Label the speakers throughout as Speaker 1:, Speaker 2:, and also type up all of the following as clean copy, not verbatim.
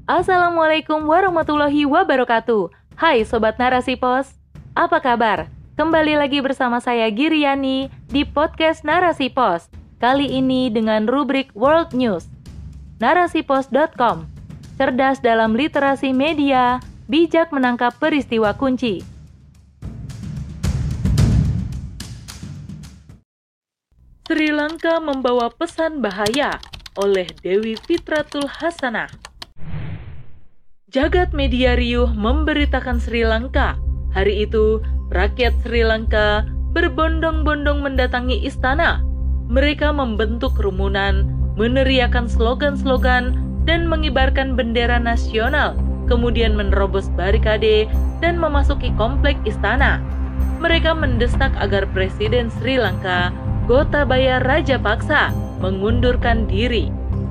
Speaker 1: Assalamualaikum warahmatullahi wabarakatuh. Hai Sobat Narasi Pos, apa kabar? Kembali lagi bersama saya Giriani di podcast Narasi Pos. Kali ini dengan rubrik World News. Narasipos.com, cerdas dalam literasi media, bijak menangkap peristiwa kunci. Sri Lanka membawa pesan bahaya oleh Dewi Fitratul Hasanah. Jagat media riuh memberitakan Sri Lanka. Hari itu, rakyat Sri Lanka berbondong-bondong mendatangi istana. Mereka membentuk kerumunan, meneriakan slogan-slogan, dan mengibarkan bendera nasional, kemudian menerobos barikade dan memasuki komplek istana. Mereka mendesak agar Presiden Sri Lanka, Gotabaya Rajapaksa, mengundurkan diri.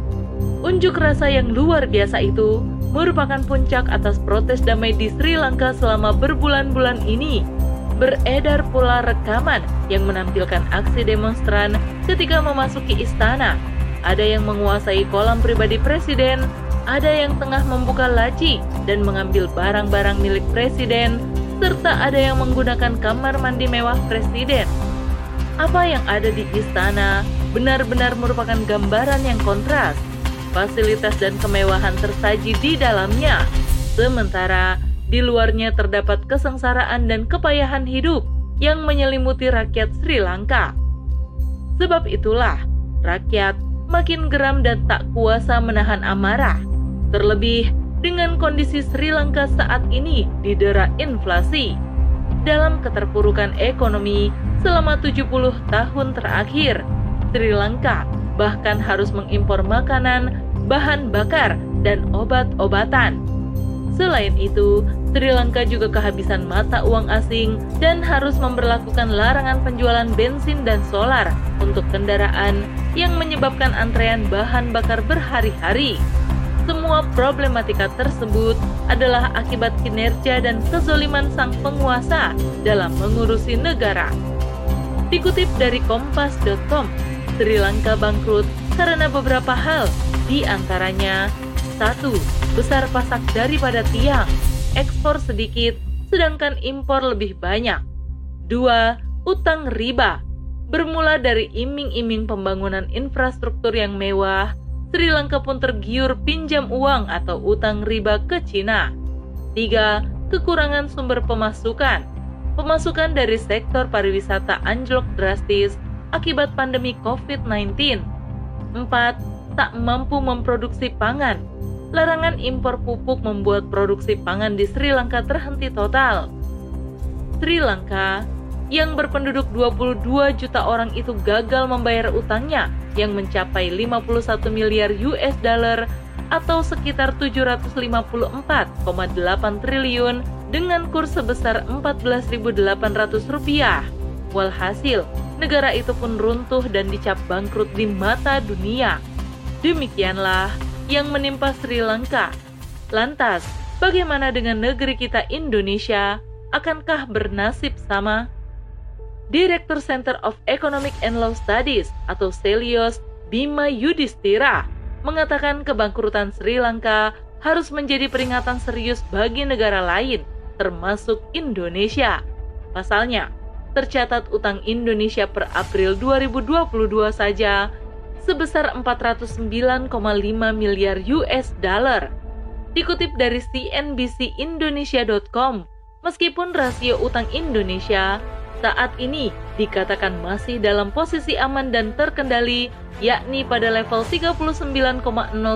Speaker 1: Unjuk rasa yang luar biasa itu merupakan puncak atas protes damai di Sri Lanka selama berbulan-bulan ini. Beredar pula rekaman yang menampilkan aksi demonstran ketika memasuki istana. Ada yang menguasai kolam pribadi presiden, ada yang tengah membuka laci dan mengambil barang-barang milik presiden, serta ada yang menggunakan kamar mandi mewah presiden. Apa yang ada di istana benar-benar merupakan gambaran yang kontras. Fasilitas dan kemewahan tersaji di dalamnya, sementara di luarnya terdapat kesengsaraan dan kepayahan hidup yang menyelimuti rakyat Sri Lanka. Sebab itulah, rakyat makin geram dan tak kuasa menahan amarah. Terlebih dengan kondisi Sri Lanka saat ini didera inflasi. Dalam keterpurukan ekonomi selama 70 tahun terakhir, Sri Lanka bahkan harus mengimpor makanan, bahan bakar, dan obat-obatan. Selain itu, Sri Lanka juga kehabisan mata uang asing dan harus memberlakukan larangan penjualan bensin dan solar untuk kendaraan yang menyebabkan antrean bahan bakar berhari-hari. Semua problematika tersebut adalah akibat kinerja dan kezoliman sang penguasa dalam mengurusi negara. Dikutip dari kompas.com, Sri Lanka bangkrut karena beberapa hal, di antaranya 1. Besar pasak daripada tiang, ekspor sedikit, sedangkan impor lebih banyak. 2. Utang riba. Bermula dari iming-iming pembangunan infrastruktur yang mewah, Sri Lanka pun tergiur pinjam uang atau utang riba ke Cina. 3. Kekurangan sumber pemasukan. Pemasukan dari sektor pariwisata anjlok drastis akibat pandemi COVID-19. 4. Tak mampu memproduksi pangan. Larangan impor pupuk membuat produksi pangan di Sri Lanka terhenti total. Sri Lanka yang berpenduduk 22 juta orang itu gagal membayar utangnya yang mencapai 51 miliar US dollar atau sekitar 754,8 triliun dengan kurs sebesar 14.800 rupiah. Walhasil, negara itu pun runtuh dan dicap bangkrut di mata dunia. Demikianlah yang menimpa Sri Lanka. Lantas, bagaimana dengan negeri kita Indonesia? Akankah bernasib sama? Direktur Center of Economic and Law Studies atau CELIOS, Bima Yudhistira, mengatakan kebangkrutan Sri Lanka harus menjadi peringatan serius bagi negara lain, termasuk Indonesia. Pasalnya, tercatat utang Indonesia per April 2022 saja sebesar 409,5 miliar US dollar. Dikutip dari CNBC-Indonesia.com, meskipun rasio utang Indonesia saat ini dikatakan masih dalam posisi aman dan terkendali, yakni pada level 39,09%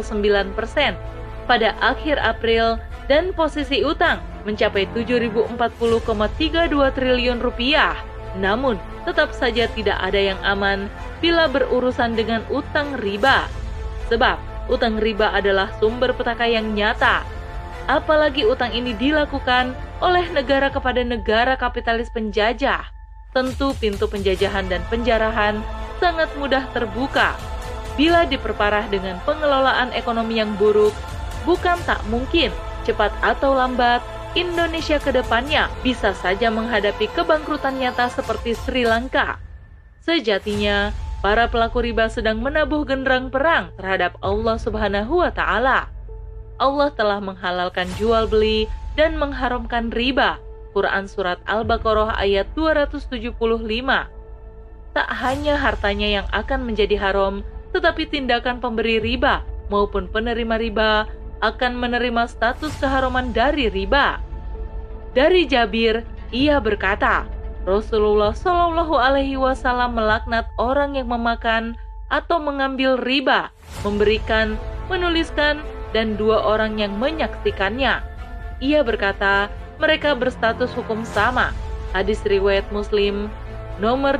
Speaker 1: pada akhir April, dan posisi utang mencapai 7.040,32 triliun rupiah. Namun, tetap saja tidak ada yang aman bila berurusan dengan utang riba. Sebab, utang riba adalah sumber petaka yang nyata. Apalagi utang ini dilakukan oleh negara kepada negara kapitalis penjajah. Tentu pintu penjajahan dan penjarahan sangat mudah terbuka. Bila diperparah dengan pengelolaan ekonomi yang buruk, bukan tak mungkin, cepat atau lambat, Indonesia ke depannya bisa saja menghadapi kebangkrutan nyata seperti Sri Lanka. Sejatinya, para pelaku riba sedang menabuh genderang perang terhadap Allah Subhanahu wa Ta'ala. Allah telah menghalalkan jual beli dan mengharamkan riba. Quran Surat Al-Baqarah ayat 275. Tak hanya hartanya yang akan menjadi haram, tetapi tindakan pemberi riba maupun penerima riba akan menerima status keharaman dari riba. Dari Jabir, ia berkata, Rasulullah Shallallahu Alaihi Wasallam melaknat orang yang memakan atau mengambil riba, memberikan, menuliskan, dan 2 orang yang menyaksikannya. Ia berkata, mereka berstatus hukum sama. Hadis riwayat Muslim nomor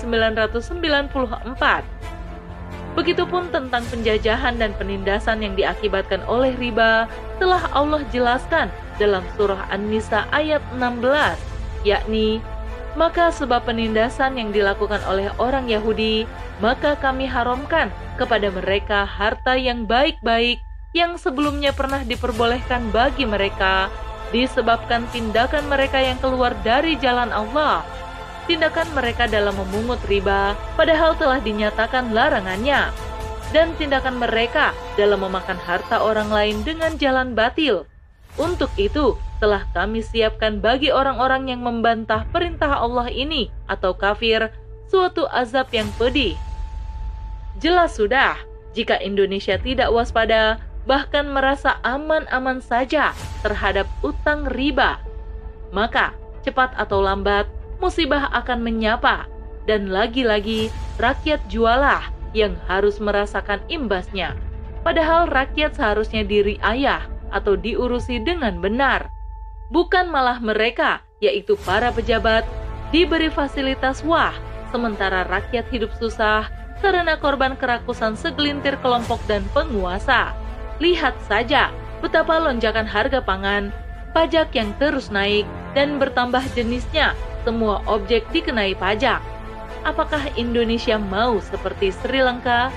Speaker 1: 2994. Begitupun tentang penjajahan dan penindasan yang diakibatkan oleh riba telah Allah jelaskan dalam surah An-Nisa ayat 16, yakni, maka sebab penindasan yang dilakukan oleh orang Yahudi, maka kami haramkan kepada mereka harta yang baik-baik yang sebelumnya pernah diperbolehkan bagi mereka, disebabkan tindakan mereka yang keluar dari jalan Allah. Tindakan mereka dalam memungut riba padahal telah dinyatakan larangannya, dan tindakan mereka dalam memakan harta orang lain dengan jalan batil. Untuk itu telah kami siapkan bagi orang-orang yang membantah perintah Allah ini atau kafir suatu azab yang pedih. Jelas sudah, jika Indonesia tidak waspada, bahkan merasa aman-aman saja terhadap utang riba, maka cepat atau lambat musibah akan menyapa, dan lagi-lagi rakyat jualah yang harus merasakan imbasnya. Padahal rakyat seharusnya diriayah atau diurusi dengan benar, bukan malah mereka, yaitu para pejabat, diberi fasilitas wah, sementara rakyat hidup susah karena korban kerakusan segelintir kelompok dan penguasa. Lihat saja betapa lonjakan harga pangan, pajak yang terus naik, dan bertambah jenisnya, semua objek dikenai pajak. Apakah Indonesia mau seperti Sri Lanka?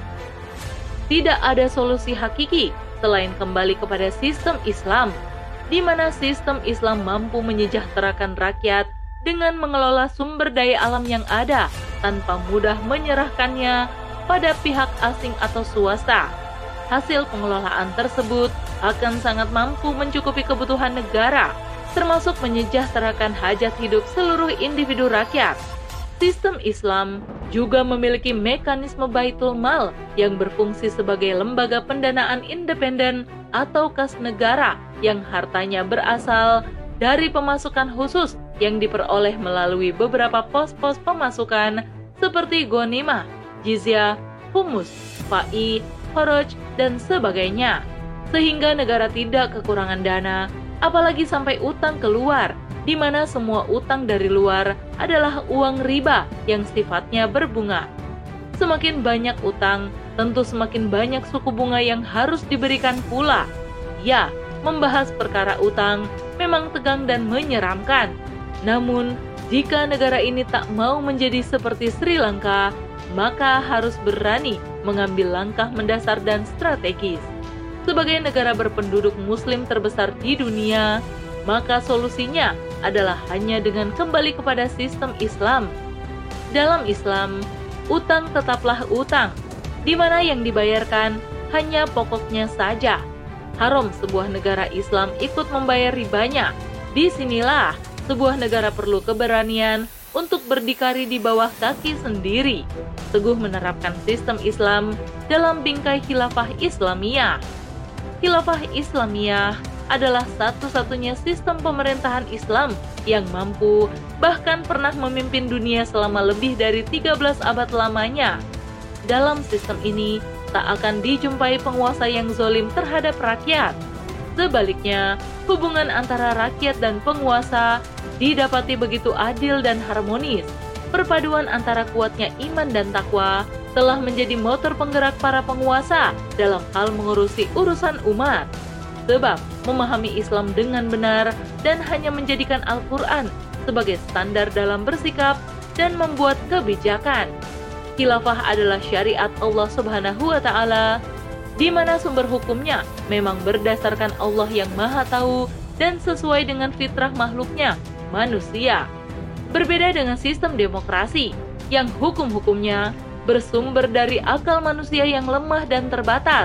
Speaker 1: Tidak ada solusi hakiki selain kembali kepada sistem Islam, di mana sistem Islam mampu menyejahterakan rakyat dengan mengelola sumber daya alam yang ada tanpa mudah menyerahkannya pada pihak asing atau swasta. Hasil pengelolaan tersebut akan sangat mampu mencukupi kebutuhan negara, termasuk menyejahterakan hajat hidup seluruh individu rakyat. Sistem Islam juga memiliki mekanisme Baitul Mal yang berfungsi sebagai lembaga pendanaan independen atau kas negara yang hartanya berasal dari pemasukan khusus yang diperoleh melalui beberapa pos-pos pemasukan seperti ghanimah, jizyah, humus, fai, kharaj, dan sebagainya, sehingga negara tidak kekurangan dana, apalagi sampai utang keluar, di mana semua utang dari luar adalah uang riba yang sifatnya berbunga. Semakin banyak utang, tentu semakin banyak suku bunga yang harus diberikan pula. Ya, membahas perkara utang memang tegang dan menyeramkan. Namun, jika negara ini tak mau menjadi seperti Sri Lanka, maka harus berani mengambil langkah mendasar dan strategis. Sebagai negara berpenduduk muslim terbesar di dunia, maka solusinya adalah hanya dengan kembali kepada sistem Islam. Dalam Islam, utang tetaplah utang, di mana yang dibayarkan hanya pokoknya saja. Haram sebuah negara Islam ikut membayar ribanya. Disinilah sebuah negara perlu keberanian untuk berdikari di bawah kaki sendiri, teguh menerapkan sistem Islam dalam bingkai khilafah Islamiyah. Khilafah Islamiyah adalah satu-satunya sistem pemerintahan Islam yang mampu bahkan pernah memimpin dunia selama lebih dari 13 abad lamanya. Dalam sistem ini tak akan dijumpai penguasa yang zalim terhadap rakyat. Sebaliknya, hubungan antara rakyat dan penguasa didapati begitu adil dan harmonis. Perpaduan antara kuatnya iman dan takwa telah menjadi motor penggerak para penguasa dalam hal mengurusi urusan umat. Sebab memahami Islam dengan benar dan hanya menjadikan Al-Quran sebagai standar dalam bersikap dan membuat kebijakan. Khilafah adalah syariat Allah Subhanahu wa Ta'ala, di mana sumber hukumnya memang berdasarkan Allah yang Maha Tahu dan sesuai dengan fitrah makhluknya, manusia. Berbeda dengan sistem demokrasi yang hukum-hukumnya bersumber dari akal manusia yang lemah dan terbatas,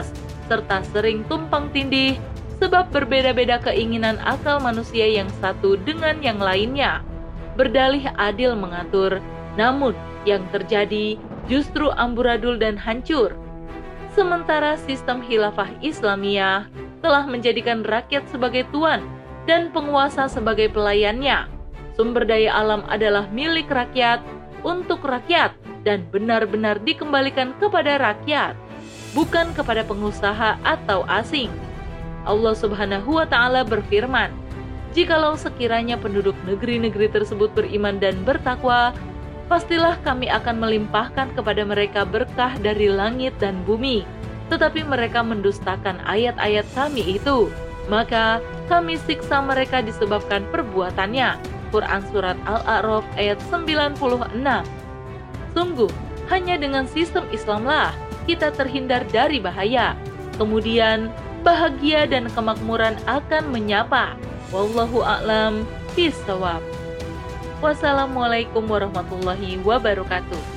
Speaker 1: serta sering tumpang tindih sebab berbeda-beda keinginan akal manusia yang satu dengan yang lainnya. Berdalih adil mengatur, namun yang terjadi justru amburadul dan hancur. Sementara sistem khilafah Islamiyah telah menjadikan rakyat sebagai tuan dan penguasa sebagai pelayannya. Sumber daya alam adalah milik rakyat, untuk rakyat, dan benar-benar dikembalikan kepada rakyat, bukan kepada pengusaha atau asing. Allah Subhanahu wa Ta'ala berfirman, "Jikalau sekiranya penduduk negeri-negeri tersebut beriman dan bertakwa, pastilah kami akan melimpahkan kepada mereka berkah dari langit dan bumi. Tetapi mereka mendustakan ayat-ayat kami itu, maka kami siksa mereka disebabkan perbuatannya." Quran Surat Al-A'raf ayat 96. Sungguh, hanya dengan sistem Islamlah kita terhindar dari bahaya. Kemudian, bahagia dan kemakmuran akan menyapa. Wallahu a'lam bishawab. Wassalamualaikum warahmatullahi wabarakatuh.